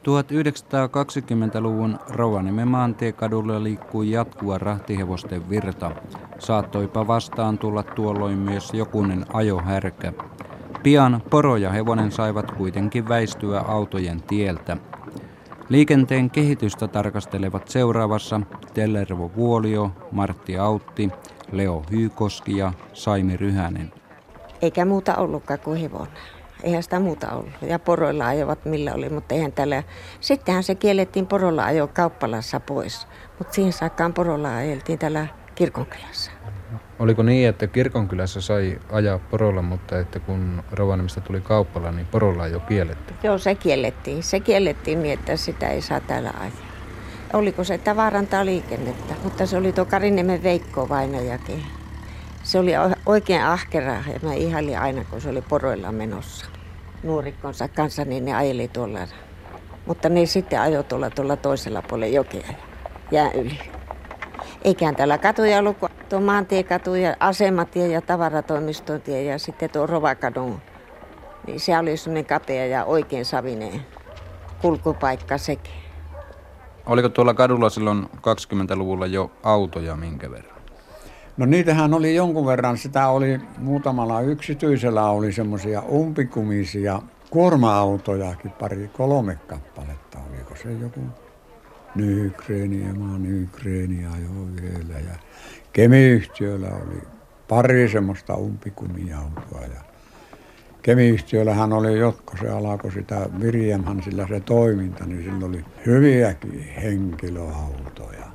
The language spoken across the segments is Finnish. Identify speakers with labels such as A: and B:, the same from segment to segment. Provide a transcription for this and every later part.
A: 1920-luvun Rovaniemen maantiekadulla liikkui jatkuva rahtihevosten virta. Saattoipa vastaan tulla tuolloin myös jokunen ajohärkä. Pian poro ja hevonen saivat kuitenkin väistyä autojen tieltä. Liikenteen kehitystä tarkastelevat seuraavassa Tellervo Vuolio, Martti Autti, Leo Hyykoski ja Saimi Ryhänen.
B: Eikä muuta ollutkaan kuin hevonen. Eihän sitä muuta ollut. Ja poroilla ajoivat millä oli, mutta eihän tällä. Sittenhän se kiellettiin porolla ajo Kauppalassa pois. Mutta siihen saakkaan porolla ajeltiin täällä Kirkonkylässä.
A: Oliko niin, että Kirkonkylässä sai ajaa porolla, mutta että kun Rovaniemistä tuli Kauppala, niin porolla ajo kielletty?
B: Joo, se kiellettiin. Se kiellettiin niin, että sitä ei saa täällä ajaa. Oliko se, että vaarantaa liikennettä, mutta se oli tuo Kariniemen Veikko vainajakin. Se oli oikein ahkera ja mä ihailin aina, kun se oli poroilla menossa. Nuorikkonsa kanssa, niin ne ajeli tuolla. Mutta ne sitten ajoi tuolla toisella puolella jokea ja jään yli. Eiköhän täällä katuja ollut, tuo maantiekatu ja asematie ja tavaratoimistotie ja sitten tuo Rovakadun. Niin se oli semmoinen kapea ja oikein savinen kulkupaikka sekin.
A: Oliko tuolla kadulla silloin 20-luvulla jo autoja minkä verran?
C: No niitähän oli jonkun verran. Sitä oli muutamalla yksityisellä oli semmoisia umpikumisia kuorma-autojakin, 2-3 kappaletta. Oliko se joku Nykreeni, Ema Nykreeni ajoi vielä. Ja Kemi-yhtiöllä oli pari semmoista umpikumia-autoa. Ja Kemi-yhtiöllähän oli, jotka se alkoi sitä Virjemhan sillä se toiminta, niin sillä oli hyviäkin henkilöautoja.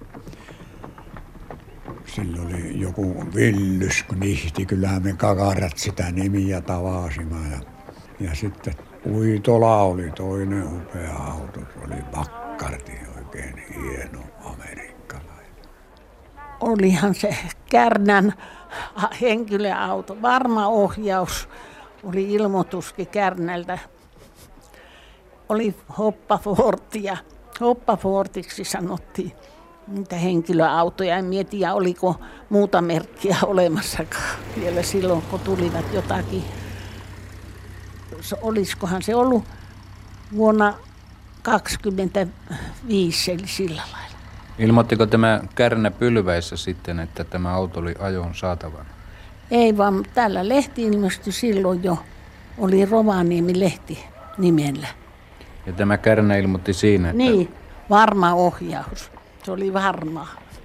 C: Sillä oli joku Villysknihti, kyllähän me kakarat sitä nimiä tavasimme. Ja sitten Uitola oli toinen upea auto, se oli Bakkarti, oikein hieno amerikkalainen.
D: Olihan se Kärnän henkilöauto, varma ohjaus, oli ilmoituskin Kärnältä. Oli Hoppafortia, Hoppafortiksi sanottiin. Niitä henkilöautoja, en mietiä oliko muuta merkkiä olemassakaan vielä silloin, kun tulivat jotakin. Olisikohan se ollut vuonna 1925, eli sillä lailla.
A: Ilmoittiko tämä Kärnä Pylväissä sitten, että tämä auto oli ajoon saatavana?
D: Ei vaan täällä lehti ilmestyi silloin jo, oli Rovaniemi-lehti nimellä.
A: Ja tämä Kärnä ilmoitti siinä, että...
D: Niin, varma ohjaus. Se oli varmaa.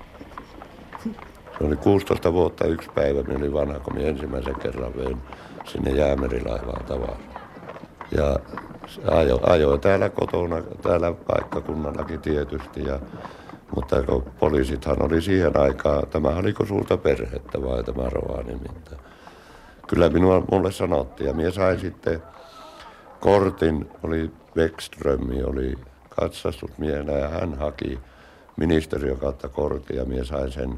E: Se oli 16 vuotta yksi päivä, minä olin vanha, kun minä ensimmäisen kerran vein sinne Jäämerilaivaan tavaraa. Ja ajoi täällä kotona, täällä paikkakunnallakin tietysti. Mutta kun poliisithan oli siihen aikaan, tämä oliko sulta perhettä vai tämä Rovaniemi. Kyllä mulle sanottiin ja minä sain sitten kortin, oli Beckström, oli katsastusmiehenä ja hän haki ministeriön kautta kortin ja minä sain sen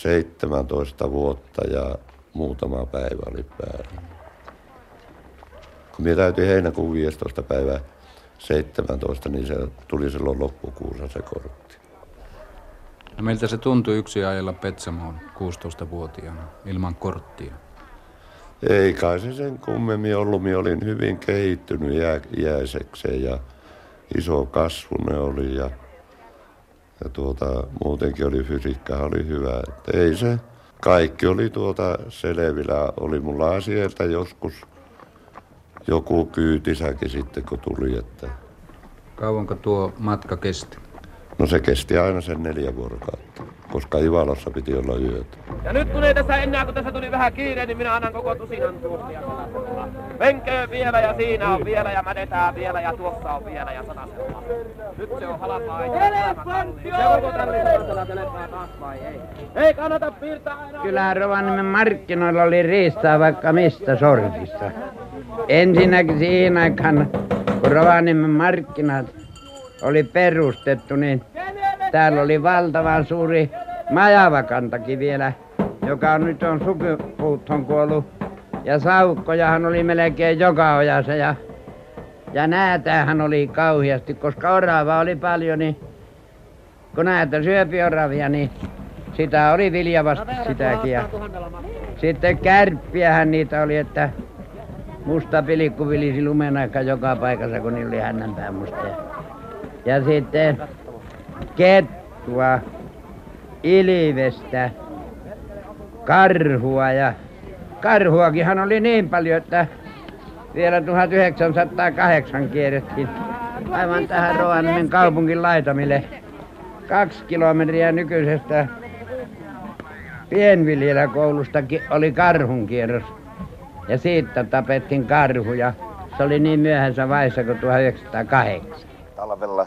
E: 17 vuotta ja muutama päivä oli päällä. Kun minä täytin heinäkuun 15. päivä 17, niin se tuli silloin loppukuussa se kortti.
A: No miltä se tuntui yksin ajella Petsamoon 16-vuotiaana ilman korttia?
E: Ei kai se sen kummemmin ollut. Minä olin hyvin kehittynyt iäisekseen ja iso kasvune oli ja muutenkin oli fysiikka oli hyvä. Että ei se, kaikki oli selvillä. Oli mulla sieltä joskus joku kyytisäkin sitten kun tuli. Että...
A: Kauanko tuo matka kesti?
E: No se kesti aina sen 4 vuorokautta, koska Ivalossa piti olla yötä.
F: Ja nyt kun ei tässä enää, kun tässä tuli vähän kiire, niin minä annan koko tusinan tuottia. Venköön vielä ja siinä on vielä ja mädetään vielä ja tuossa on vielä ja satasella. Nyt se on halpaa. Elefantti on! Se onko tällä telepää taas vai ei? Ei kannata piirtää aina!
G: Kyllähän Rovaniemen markkinoilla oli riistaa vaikka mistä sortista. Ensinnäkin siihen aikaan, kun Rovaniemen markkinat oli perustettu, niin täällä oli valtavan suuri majavakantakin vielä, joka nyt on sukupuuttoon kuollut. Ja saukkojahan oli melkein joka ojassa ja näätähän oli kauheasti, koska orava oli paljon, niin kun näätä syöpi oravia, niin sitä oli viljavasti sitäkin. Ja sitten kärppiähän niitä oli, että musta pilikku vilisi lumen aika joka paikassa, kun niillä oli hännänpää mustia. ja sitten kettua, ilvestä, karhua ja karhuakinhan oli niin paljon, että vielä 1908 kierrettiin aivan tähän Rovaniemen kaupungin laitamille 2 kilometriä nykyisestä pienviljelijäkoulustakin oli karhunkierros ja siitä tapettiin karhuja. Se oli niin myöhässä vaiheessa kuin 1908.
H: Talvella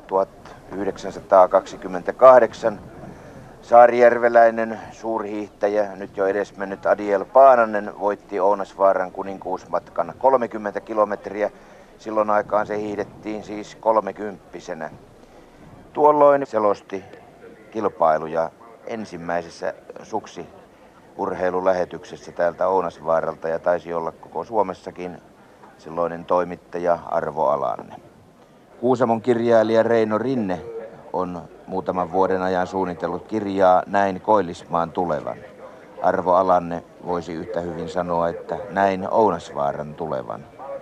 H: 1928 saarijärveläinen suurhiihtäjä, nyt jo edesmennyt Adiel Paananen, voitti Ounasvaaran kuninkuusmatkan 30 kilometriä. Silloin aikaan se hiihdettiin siis 30-vuotiaana. Tuolloin selosti kilpailuja ensimmäisessä suksiurheilulähetyksessä täältä Ounasvaaralta ja taisi olla koko Suomessakin silloinen toimittaja Arvo Alanne. Kuusamon kirjailija Reino Rinne on muutaman vuoden ajan suunnitellut kirjaa Näin Koillismaan tulevan. Arvo Alanne voisi yhtä hyvin sanoa, että näin Ounasvaaran tulevan.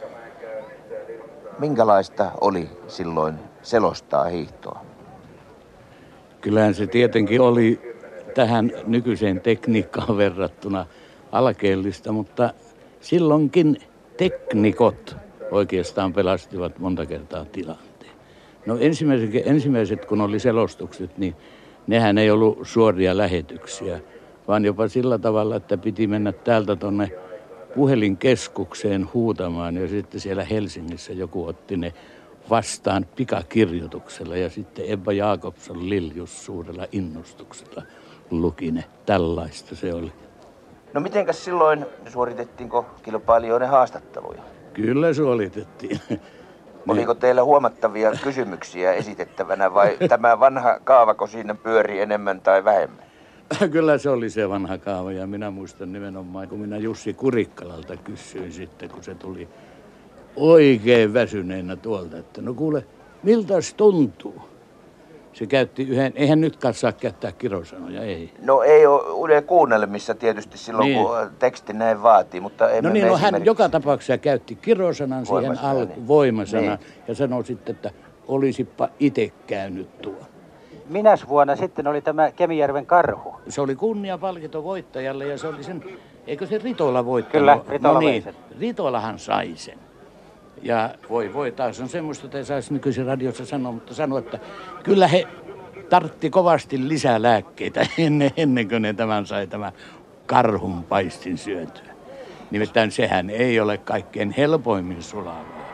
H: Minkälaista oli silloin selostaa hiihtoa?
I: Kyllähän se tietenkin oli tähän nykyiseen tekniikkaan verrattuna alkeellista, mutta silloinkin teknikot oikeastaan pelastivat monta kertaa tilanteen. No ensimmäiset kun oli selostukset, niin nehän ei ollut suoria lähetyksiä, vaan jopa sillä tavalla, että piti mennä täältä tuonne puhelinkeskukseen huutamaan ja sitten siellä Helsingissä joku otti ne vastaan pikakirjoituksella ja sitten Ebba Jakobson Liljus suurella innostuksella luki ne. Tällaista se oli.
H: No mitenkäs silloin suoritettiinko kilpailijoiden haastatteluja?
I: Kyllä suoritettiin.
H: Oliko teillä huomattavia kysymyksiä esitettävänä vai tämä vanha kaavako siinä pyöri enemmän tai vähemmän?
I: Kyllä se oli se vanha kaava ja minä muistan nimenomaan, kun minä Jussi Kurikkalalta kysyin sitten, kun se tuli oikein väsyneenä tuolta, että no kuule, miltäs tuntuu? Se käytti eihän nytkään saa käyttää kirosanoja, ei.
H: No ei ole kuunnelmissa tietysti silloin, niin. Kun teksti näin vaatii, mutta emme
I: no niin, no hän joka tapauksessa käytti kirosanan siihen voimasanan niin. Ja sanoi sitten, että olisipa itse käynyt tuo.
J: Minäs vuonna sitten oli tämä Kemijärven karhu?
I: Se oli kunniapalkinto voittajalle ja se oli sen, eikö se Ritola voittanut?
J: Kyllä, Ritola
I: niin, Ritolahan sai sen. Ja voi taas on semmoista, että ei saisi nykyisin radiossa sanoa, mutta sanoi, että kyllä he tartti kovasti lisää lääkkeitä ennen kuin ne sai tämän karhun paistin syötyä. Nimittäin sehän ei ole kaikkein helpoimmin sulavaa.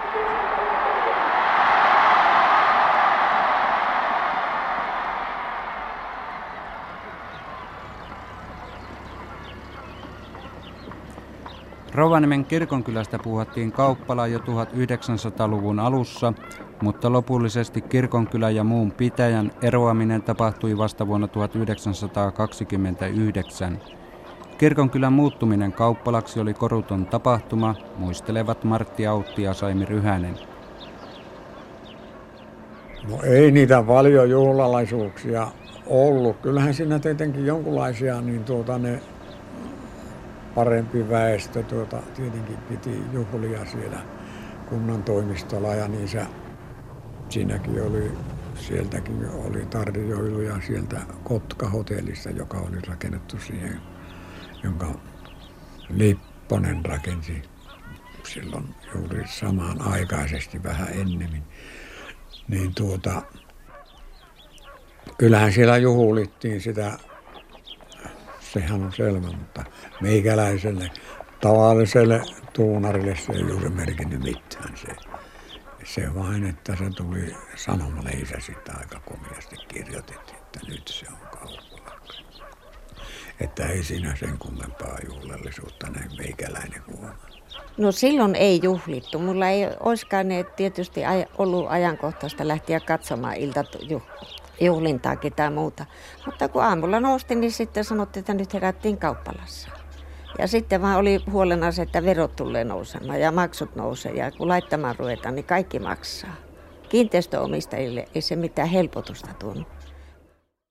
A: Rovaniemen kirkonkylästä puhuttiin kauppalaa jo 1900-luvun alussa, mutta lopullisesti kirkonkylän ja muun pitäjän eroaminen tapahtui vasta vuonna 1929. Kirkonkylän muuttuminen kauppalaksi oli koruton tapahtuma, muistelevat Martti Autti ja Saimi Ryhänen.
C: No ei niitä paljon juhlalaisuuksia ollut. Kyllähän siinä tietenkin jonkunlaisia ne parempi väestö tietenkin piti juhlia siellä kunnan toimistolla ja siinäkin sieltäkin oli tarjoiluja sieltä Kotka-hotellista, joka oli rakennettu siihen, jonka Lipponen rakensi silloin juuri samanaikaisesti vähän ennemmin. Niin kyllähän siellä juhlittiin sitä. Sehän on selvä, mutta meikäläiselle tavalliselle tuunarille se ei juuri merkinnyt mitään. Se vain, että se tuli sanomaleisä sitten aika komiasti kirjoitettiin, että nyt se on kauppalaksi. Että ei siinä sen kummempaa juhlallisuutta näin meikäläinen huomaa.
B: No silloin ei juhlittu. Mulla ei olisikaan tietysti ollut ajankohtaista lähteä katsomaan juhlintaakin tai muuta. Mutta kun aamulla noustiin, niin sitten sanottiin, että nyt herättiin kauppalassa. Ja sitten vaan oli huolena se, että verot tulee nousemaan ja maksut nousee. Ja kun laittamaan ruvetaan, niin kaikki maksaa. Kiinteistöomistajille ei se mitään helpotusta tuonut.